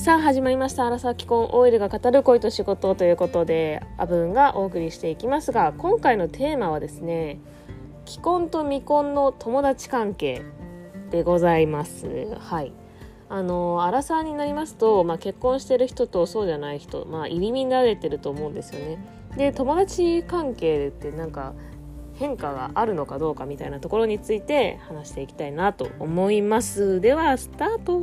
さあ始まりました。アラサー既婚 OL が語る恋と仕事ということで、アブンがお送りしていきますが、今回のテーマはですね、既婚と未婚の友達関係でございます。はい。アラサーになりますと、結婚してる人とそうじゃない人、入り乱れてると思うんですよね。で、友達関係ってなんか変化があるのかどうかみたいなところについて話していきたいなと思います。ではスタート。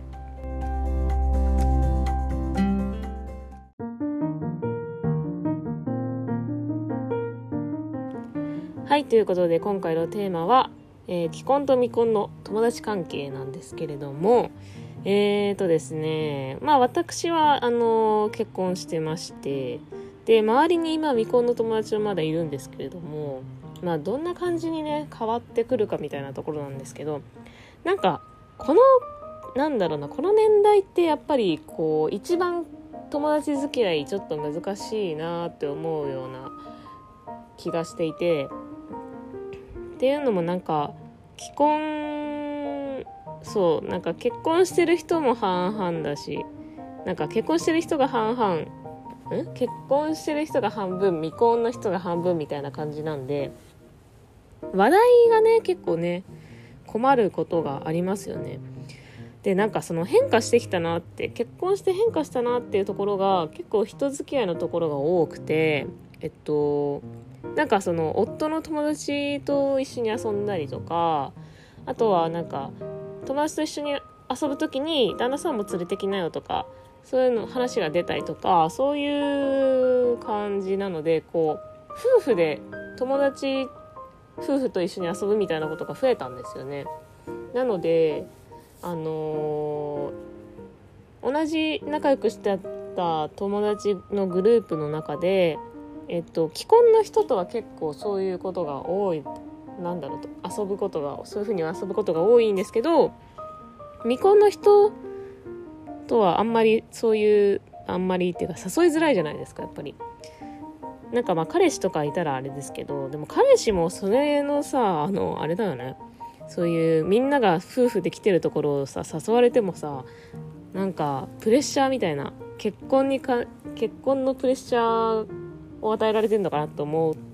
はい、ということで今回のテーマは、既婚と未婚の友達関係なんですけれども、ですね、私は結婚してまして、で周りに今未婚の友達はまだいるんですけれども、どんな感じにね変わってくるかみたいなところなんですけど、なんかこの年代ってやっぱりこう一番友達付き合いちょっと難しいなって思うような気がしていて、っていうのも既婚結婚してる人も半々だし、結婚してる人が結婚してる人が半分、未婚の人が半分みたいな感じなんで、話題がね結構ね困ることがありますよね。でその変化してきたなって、結婚して変化したなっていうところが結構人付き合いのところが多くて、その夫の友達と一緒に遊んだりとか、あとは友達と一緒に遊ぶときに旦那さんも連れてきなよとか、そういうの話が出たりとか、そういう感じなので、こう夫婦で夫婦と一緒に遊ぶみたいなことが増えたんですよね。なので同じ仲良くしてた友達のグループの中で、既婚の人とは結構そういうことが多い、そういう風に遊ぶことが多いんですけど、未婚の人とはあんまりっていうか誘いづらいじゃないですか、やっぱり。彼氏とかいたらあれですけど、でも彼氏もそれのさ、あれだよね、そういうみんなが夫婦で来てるところをさ誘われてもさ、プレッシャーみたいな、結婚のプレッシャーを与えられてるのかなと思って、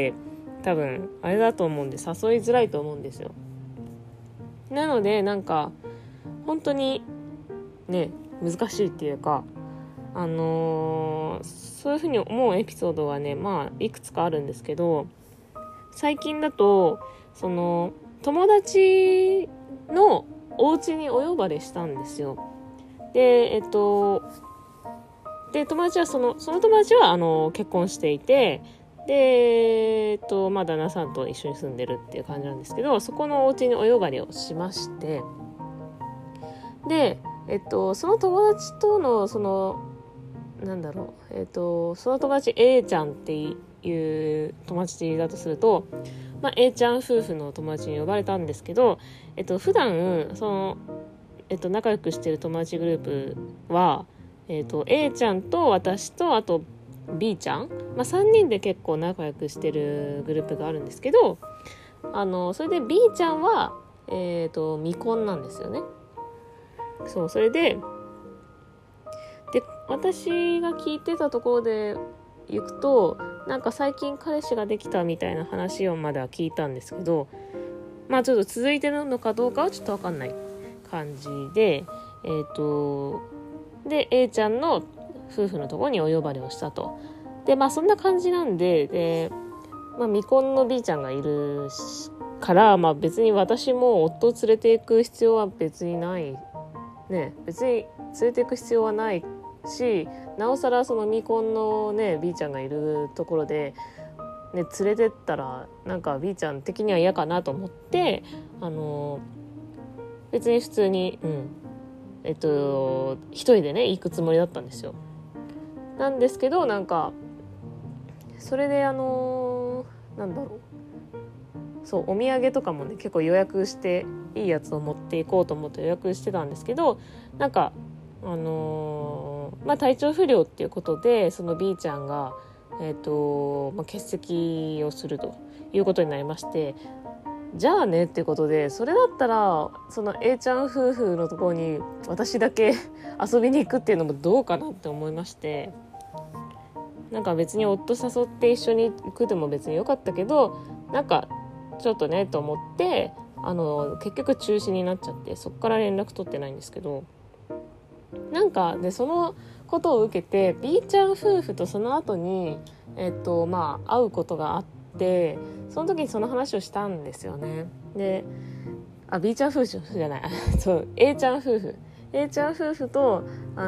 多分あれだと思うんで誘いづらいと思うんですよ。なので本当にね難しいっていうか、そういうふうに思うエピソードはねいくつかあるんですけど、最近だとその友達のお家にお呼ばれしたんですよ。で友達はその友達は結婚していて、で旦那さんと一緒に住んでるっていう感じなんですけど、そこのお家にお呼ばれをしまして、でその友達とのその友達 A ちゃんっていう友達だとすると、A ちゃん夫婦の友達に呼ばれたんですけど、普段仲良くしてる友達グループは、A ちゃんと私とあと B ちゃん、3人で結構仲良くしてるグループがあるんですけど、それで B ちゃんは、未婚なんですよね。そう、それで私が聞いてたところで行くと、最近彼氏ができたみたいな話をまでは聞いたんですけど、ちょっと続いてるのかどうかはちょっと分かんない感じで、で A ちゃんの夫婦のところにお呼ばれをしたと。でそんな感じなんで、未婚の B ちゃんがいるから、別に私も夫を連れていく必要は別にないね、別に連れていく必要はないし、なおさらその未婚のね B ちゃんがいるところで、連れてったらB ちゃん的には嫌かなと思って、別に普通に一人でね行くつもりだったんですよ。なんですけどそれでそうお土産とかもね結構予約して、いいやつを持っていこうと思って予約してたんですけど、体調不良っていうことでその B ちゃんが欠席をするということになりまして、 じゃあねってことで、それだったらその A ちゃん夫婦のところに私だけ遊びに行くっていうのもどうかなって思いまして、なんか別に夫誘って一緒に行くでも別によかったけど、なんかちょっとねと思って結局中止になっちゃって、そっから連絡取ってないんですけど、なんかでそのことを受けて B ちゃん夫婦とその後に会うことがあって、その時にその話をしたんですよね。でB ちゃん夫婦じゃないそう A ちゃん夫婦と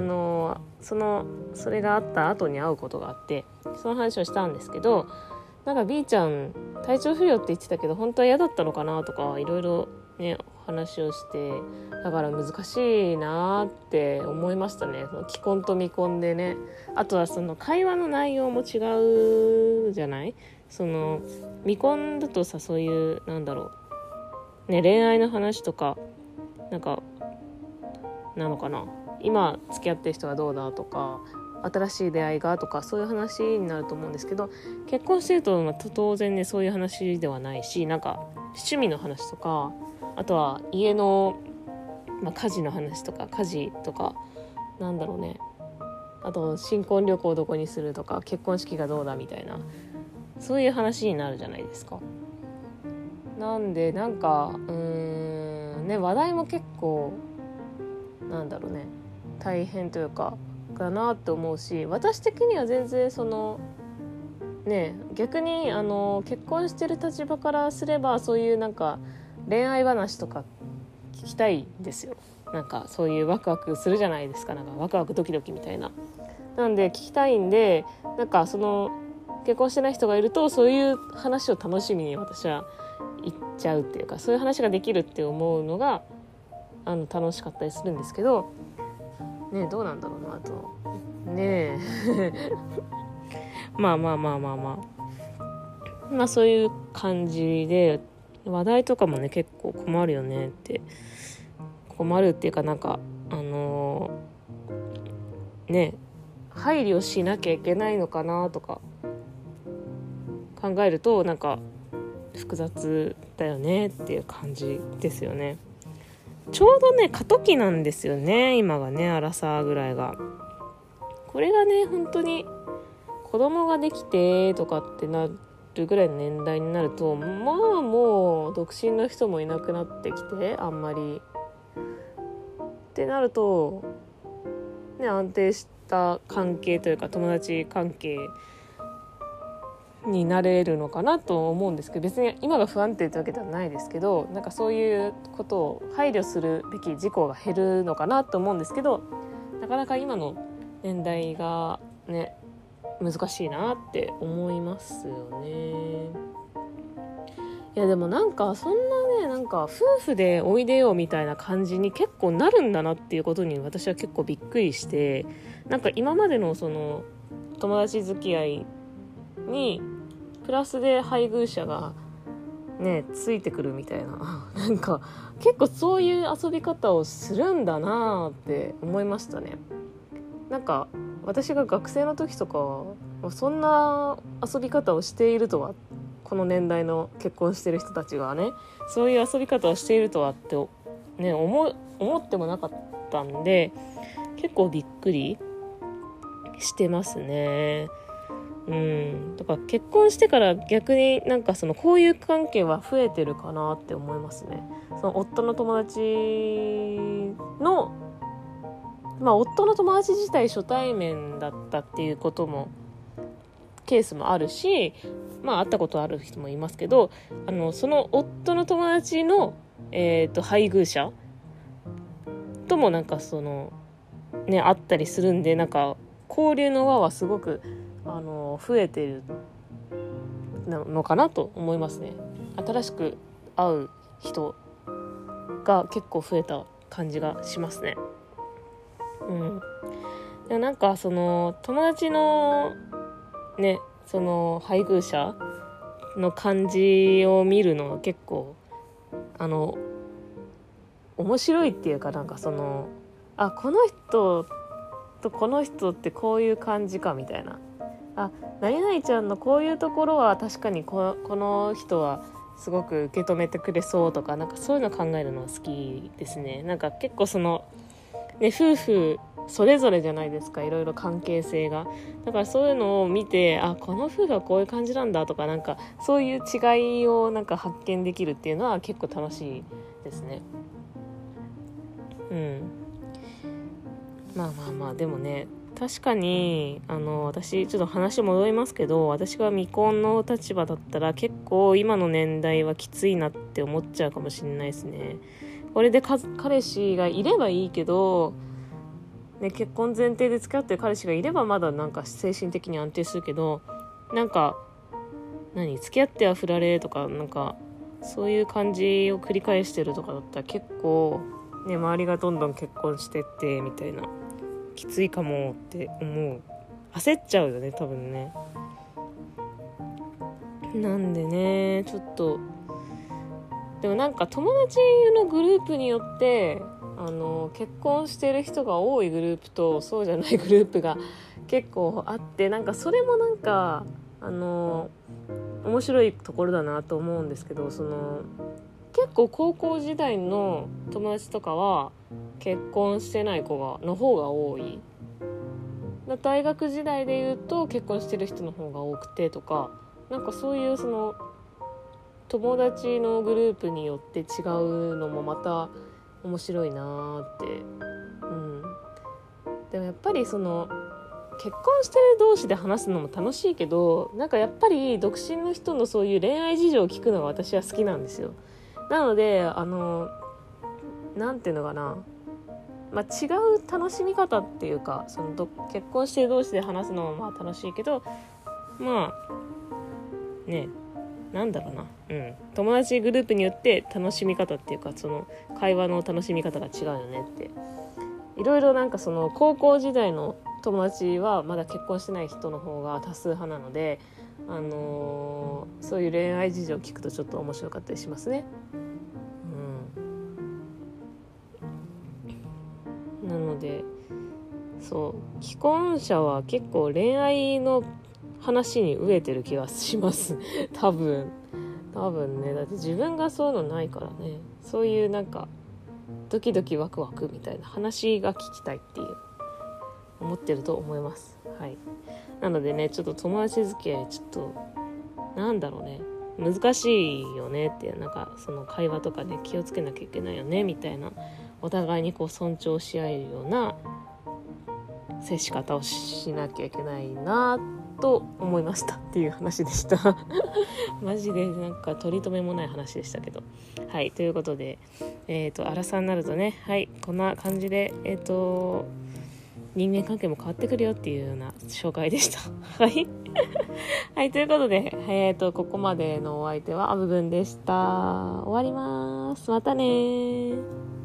それがあった後に会うことがあって、その話をしたんですけど、なんか B ちゃん体調不良って言ってたけど本当は嫌だったのかなとかいろいろね話をして、だから難しいなって思いましたね。その既婚と未婚でね、あとはその会話の内容も違うじゃない。その未婚だとさ、そういうね、恋愛の話とかなんかなのかな、今付き合ってる人がどうだとか新しい出会いがとかそういう話になると思うんですけど、結婚してると当然ねそういう話ではないし、なんか趣味の話とか、あとは家の、家事の話とかあと新婚旅行どこにするとか結婚式がどうだみたいな、そういう話になるじゃないですか。なんでなんか話題も結構大変というかだなって思うし、私的には全然逆に結婚してる立場からすればそういうなんか恋愛話とか聞きたいんですよ。なんかそういうワクワクするじゃないですか、なんかワクワクドキドキみたいな。なんで聞きたいんで、なんか結婚してない人がいるとそういう話を楽しみに私は行っちゃうっていうか、そういう話ができるって思うのが楽しかったりするんですけどね。どうなんだろうなとねまあそういう感じで、話題とかもね結構困るよねって、困るっていうかなんか配慮しなきゃいけないのかなとか考えるとなんか複雑だよねっていう感じですよね。ちょうどね過渡期なんですよね、今がね、アラサーぐらいが。これがね本当に子供ができてとかってなるぐらいの年代になると、もう独身の人もいなくなってきて、あんまりってなるとね、安定した関係というか友達関係になれるのかなと思うんですけど、別に今が不安定ってわけではないですけど、なんかそういうことを配慮するべき事項が減るのかなと思うんですけど、なかなか今の年代がね難しいなって思いますよね。いやでもなんかそんなね、なんか夫婦でおいでよみたいな感じに結構なるんだなっていうことに私は結構びっくりして、なんか今までのその友達付き合いにプラスで配偶者がねついてくるみたいななんか結構そういう遊び方をするんだなって思いましたね。なんか私が学生の時とかそんな遊び方をしているとは、この年代の結婚してる人たちがねそういう遊び方をしているとはってね思ってもなかったんで、結構びっくりしてますね。だから結婚してから逆になんか交友関係は増えてるかなって思いますね。その夫の友達の夫の友達自体初対面だったっていうこともケースもあるし、会ったことある人もいますけど、その夫の友達の、配偶者ともなんか会ったりするんで、なんか交流の輪はすごく増えてるのかなと思いますね。新しく会う人が結構増えた感じがしますね。でなんか友達のね配偶者の感じを見るのが結構面白いっていうか、なんかこの人とこの人ってこういう感じかみたいな、何々ちゃんのこういうところは確かにこの人はすごく受け止めてくれそうとか、なんかそういうの考えるのは好きですね。なんか結構そのね、夫婦それぞれじゃないですか、いろいろ関係性が。だからそういうのを見て、あ、この夫婦はこういう感じなんだとか、なんかそういう違いをなんか発見できるっていうのは結構楽しいですね。まあでもね、確かに私ちょっと話戻りますけど、私が未婚の立場だったら結構今の年代はきついなって思っちゃうかもしれないですね。これで彼氏がいればいいけど、ね、結婚前提で付き合ってる彼氏がいればまだなんか精神的に安定するけど、なんか付き合っては振られとか、なんかそういう感じを繰り返してるとかだったら結構ね、周りがどんどん結婚してってみたいな、きついかもって思う。焦っちゃうよね、多分ね。なんでね、ちょっとでもなんか友達のグループによって結婚してる人が多いグループとそうじゃないグループが結構あって、なんかそれもなんか面白いところだなと思うんですけど、その結構高校時代の友達とかは結婚してない子の方が多い。大学時代で言うと結婚してる人の方が多くてとか、なんかそういうその友達のグループによって違うのもまた面白いなーって。でもやっぱりその結婚してる同士で話すのも楽しいけど、なんかやっぱり独身の人のそういう恋愛事情を聞くのが私は好きなんですよ。なのでなんていうのかな、違う楽しみ方っていうか、その結婚してる同士で話すのも楽しいけど、なんだろうな、友達グループによって楽しみ方っていうか、その会話の楽しみ方が違うよねって。いろいろなんかその高校時代の友達はまだ結婚してない人の方が多数派なので、そういう恋愛事情を聞くとちょっと面白かったりしますね。なのでそう既婚者は結構恋愛の話に飢えてる気がします多分ね。だって自分がそういうのないからね。そういうなんかドキドキワクワクみたいな話が聞きたいっていう思ってると思います。はい。なのでね、ちょっと友達付き合いちょっとなんだろうね、難しいよねって、なんかその会話とかで気をつけなきゃいけないよねみたいな、お互いにこう尊重し合えるような接し方をしなきゃいけないなと思いましたっていう話でしたマジでなんか取り留めもない話でしたけど、はい。ということでアラサーになるとね、はい、こんな感じで人間関係も変わってくるよっていうような紹介でしたはいはい、ということでここまでのお相手はアブブンでした。終わります。またね。